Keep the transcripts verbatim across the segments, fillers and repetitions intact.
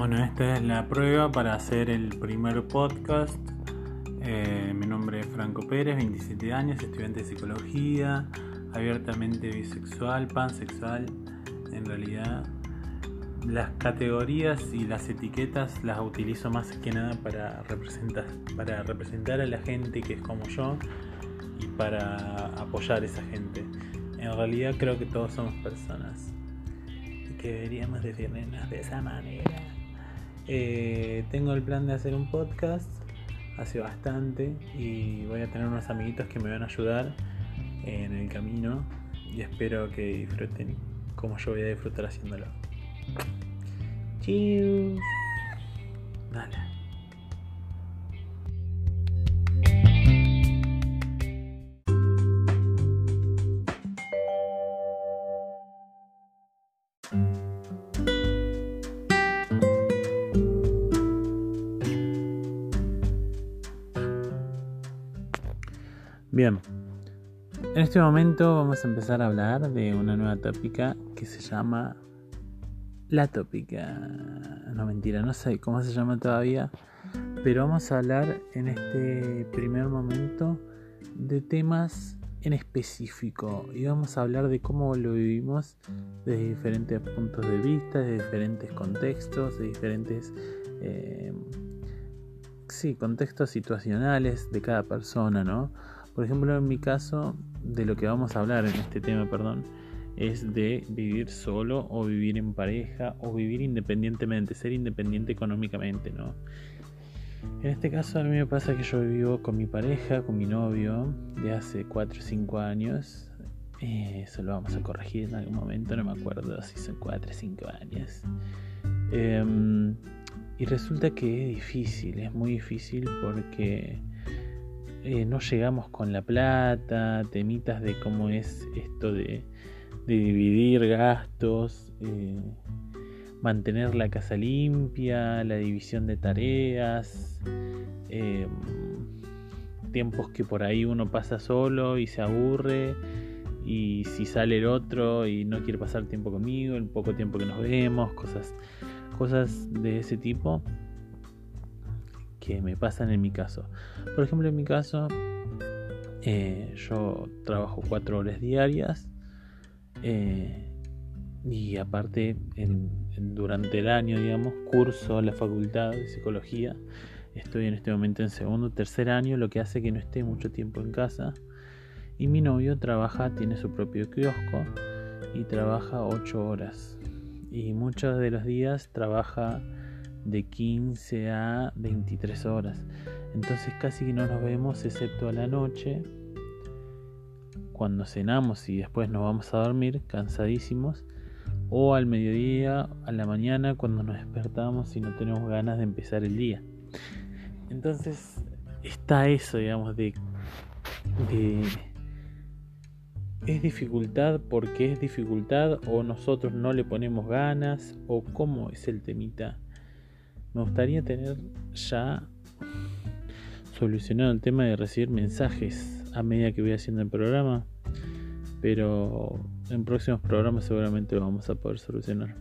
Bueno, esta es la prueba para hacer el primer podcast. Eh, mi nombre es Franco Pérez, veintisiete años, estudiante de psicología, abiertamente bisexual, pansexual. En realidad, las categorías y las etiquetas las utilizo más que nada para representar, para representar a la gente que es como yo y para apoyar a esa gente. En realidad creo que todos somos personas y que deberíamos definirnos de esa manera. Eh, tengo el plan de hacer un podcast hace bastante y voy a tener unos amiguitos que me van a ayudar en el camino y espero que disfruten como yo voy a disfrutar haciéndolo. Chiu. Dale. Bien, en este momento vamos a empezar a hablar de una nueva tópica que se llama la tópica. No, mentira, no sé cómo se llama todavía, pero vamos a hablar en este primer momento de temas en específico y vamos a hablar de cómo lo vivimos desde diferentes puntos de vista, de diferentes contextos, de diferentes eh, sí, contextos situacionales de cada persona, ¿no? Por ejemplo, en mi caso, de lo que vamos a hablar en este tema, perdón, es de vivir solo o vivir en pareja o vivir independientemente, ser independiente económicamente, ¿no? En este caso a mí me pasa que yo vivo con mi pareja, con mi novio, de hace cuatro o cinco años. Eh, eso lo vamos a corregir en algún momento, no me acuerdo si son cuatro o cinco años. Eh, y resulta que es difícil, es muy difícil porque eh, no llegamos con la plata, temitas de cómo es esto de, de dividir gastos, eh, mantener la casa limpia, la división de tareas, eh, tiempos que por ahí uno pasa solo y se aburre, y si sale el otro y no quiere pasar tiempo conmigo, el poco tiempo que nos vemos, cosas, cosas de ese tipo que me pasan en mi caso. Por ejemplo, en mi caso, eh, yo trabajo cuatro horas diarias, eh, y aparte en, en, durante el año, digamos, curso la facultad de psicología. Estoy en este momento en segundo o tercer año, lo que hace que no esté mucho tiempo en casa. Y mi novio trabaja, tiene su propio kiosco y trabaja ocho horas. Y muchos de los días trabaja de quince a veintitrés horas. Entonces casi que no nos vemos excepto a la noche, cuando cenamos y después nos vamos a dormir cansadísimos, o al mediodía, a la mañana, cuando nos despertamos y no tenemos ganas de empezar el día. Entonces está eso, digamos, de, de es dificultad porque es dificultad, o nosotros no le ponemos ganas, o cómo es el temita. Me gustaría tener ya solucionado el tema de recibir mensajes a medida que voy haciendo el programa, pero en próximos programas seguramente lo vamos a poder solucionar.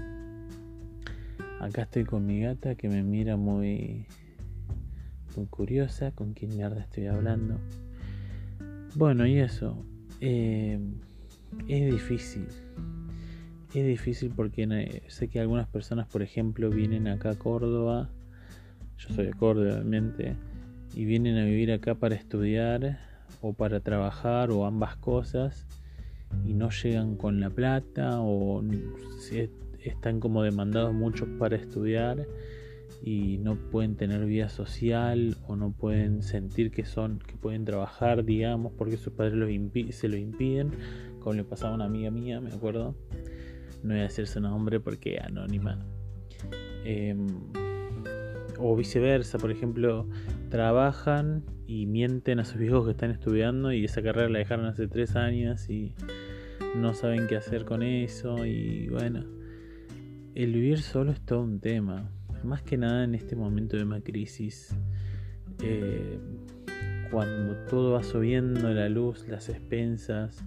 Acá estoy con mi gata que me mira muy, muy curiosa con quién mierda estoy hablando. Bueno, y eso, eh, es difícil. Es difícil porque sé que algunas personas, por ejemplo, vienen acá a Córdoba. Yo soy de Córdoba, obviamente, y vienen a vivir acá para estudiar o para trabajar o ambas cosas, y no llegan con la plata, o están como demandados muchos para estudiar y no pueden tener vida social, o no pueden sentir que son que pueden trabajar, digamos, porque sus padres los impi- se lo impiden, como le pasaba a una amiga mía, me acuerdo. No voy a decir su nombre porque anónima. Eh, o viceversa, por ejemplo, trabajan y mienten a sus hijos que están estudiando, y esa carrera la dejaron hace tres años y no saben qué hacer con eso. Y bueno, el vivir solo es todo un tema, más que nada en este momento de una crisis, eh, cuando todo va subiendo, la luz, las expensas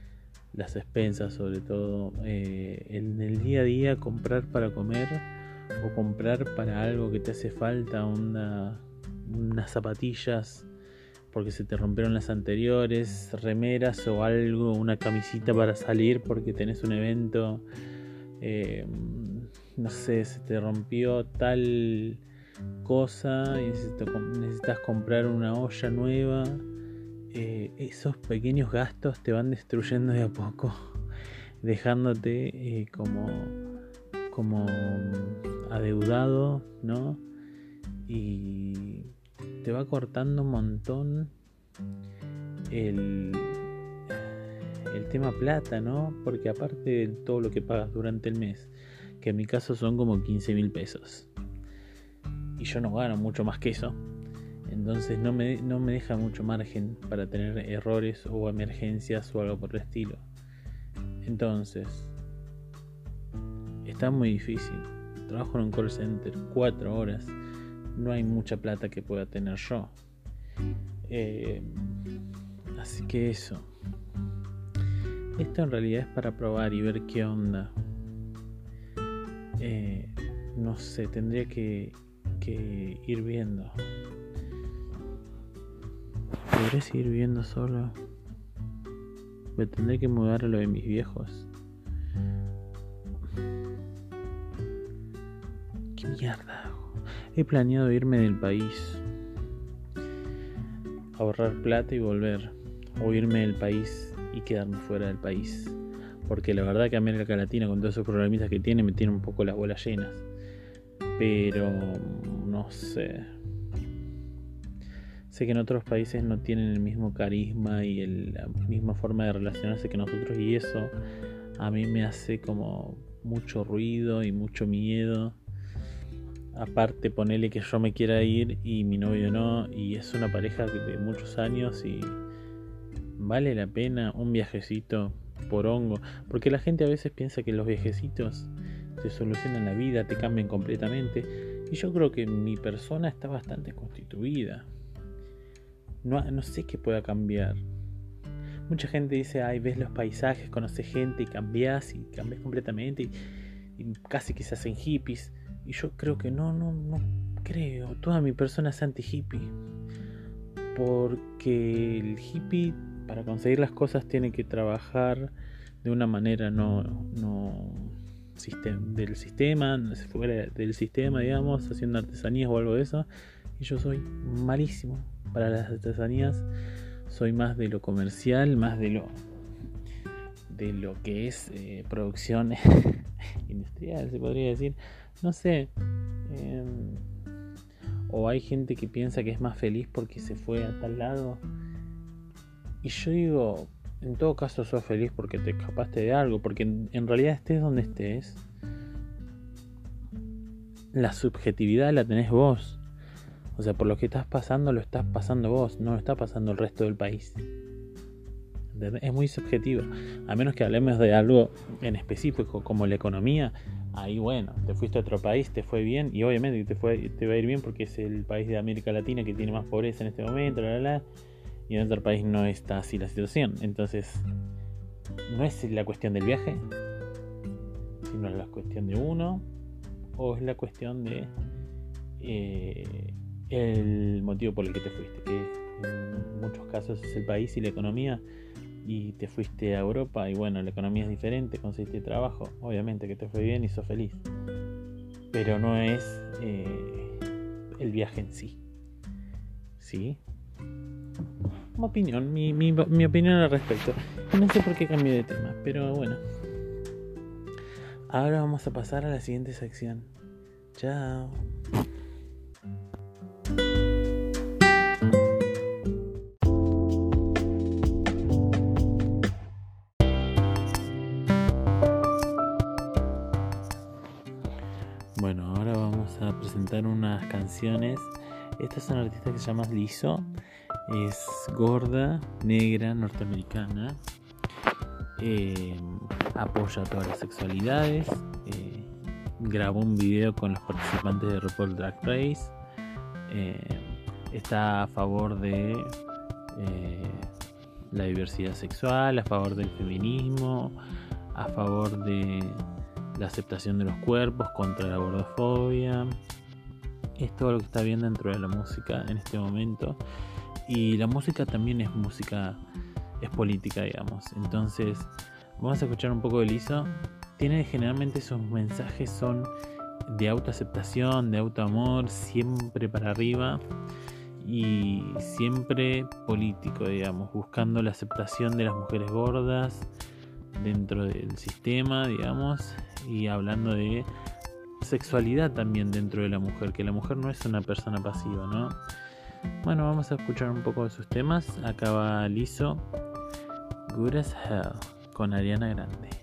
las expensas sobre todo, eh, en el día a día comprar para comer o comprar para algo que te hace falta, una, unas zapatillas porque se te rompieron las anteriores, remeras o algo, una camisita para salir porque tenés un evento, eh, no sé, se te rompió tal cosa y necesitas comprar una olla nueva. Eh, esos pequeños gastos te van destruyendo de a poco, dejándote eh, como, como adeudado, ¿no? Y te va cortando un montón el, el tema plata, ¿no? Porque aparte de todo lo que pagas durante el mes, que en mi caso son como quince mil pesos, y yo no gano mucho más que eso, entonces no me, no me deja mucho margen para tener errores o emergencias o algo por el estilo. Entonces está muy difícil. Trabajo en un call center cuatro horas, no hay mucha plata que pueda tener yo, eh, así que eso, esto en realidad es para probar y ver qué onda. eh, no sé, tendría que, que ir viendo. ¿Podré seguir viviendo solo? Me tendré que mudar a lo de mis viejos. ¿Qué mierda hago? He planeado irme del país, ahorrar plata y volver, o irme del país y quedarme fuera del país, porque la verdad que América Latina, con todos esos problemitas que tiene, me tiene un poco las bolas llenas. Pero no sé, sé que en otros países no tienen el mismo carisma y el, la misma forma de relacionarse que nosotros, y eso a mí me hace como mucho ruido y mucho miedo. Aparte, ponele que yo me quiera ir y mi novio no, y es una pareja de muchos años y vale la pena un viajecito por hongo, porque la gente a veces piensa que los viajecitos te solucionan la vida, te cambian completamente, y yo creo que mi persona está bastante constituida. No, no sé qué pueda cambiar. Mucha gente dice, ay, ves los paisajes, conoces gente y cambias y cambias completamente y, y casi que se hacen hippies. Y yo creo que no, no, no creo. Toda mi persona es anti-hippie. Porque el hippie, para conseguir las cosas, tiene que trabajar de una manera no, no sistem- del sistema, fuera del sistema, digamos, haciendo artesanías o algo de eso. Y yo soy malísimo para las artesanías. Soy más de lo comercial, más de lo de lo que es eh, producción industrial, se podría decir. No sé, eh, o hay gente que piensa que es más feliz porque se fue a tal lado, y yo digo, en todo caso sos feliz porque te escapaste de algo, porque en, en realidad estés donde estés, la subjetividad la tenés vos. O sea, por lo que estás pasando, lo estás pasando vos, no lo está pasando el resto del país. ¿Entendés? Es muy subjetivo. A menos que hablemos de algo en específico, como la economía. Ahí, bueno, te fuiste a otro país, te fue bien, y obviamente te, fue, te va a ir bien porque es el país de América Latina que tiene más pobreza en este momento, la, la, la, y en otro país no está así la situación. Entonces, no es la cuestión del viaje, sino la cuestión de uno, o es la cuestión de eh, el motivo por el que te fuiste, que en muchos casos es el país y la economía. Y te fuiste a Europa y bueno, la economía es diferente, conseguiste trabajo, obviamente que te fue bien y sos feliz, pero no es eh, el viaje en sí. ¿Sí? Mi opinión, mi, mi, mi opinión al respecto. No sé por qué cambié de tema, pero bueno. Ahora vamos a pasar a la siguiente sección. Chao. Bueno, ahora vamos a presentar unas canciones. Esta es una artista que se llama Lizzo. Es gorda, negra, norteamericana. Eh, apoya todas las sexualidades. Eh, grabó un video con los participantes de RuPaul Drag Race. Eh, está a favor de eh, la diversidad sexual, a favor del feminismo, a favor de la aceptación de los cuerpos, contra la gordofobia. Es todo lo que está bien dentro de la música en este momento. Y la música también es música, es política, digamos. Entonces, vamos a escuchar un poco de Lizzo. Tiene generalmente sus mensajes son de autoaceptación, de autoamor, siempre para arriba y siempre político, digamos, buscando la aceptación de las mujeres gordas dentro del sistema, digamos, y hablando de sexualidad también dentro de la mujer, que la mujer no es una persona pasiva, ¿no? Bueno, vamos a escuchar un poco de sus temas. Acá va Lizzo, Good as Hell, con Ariana Grande.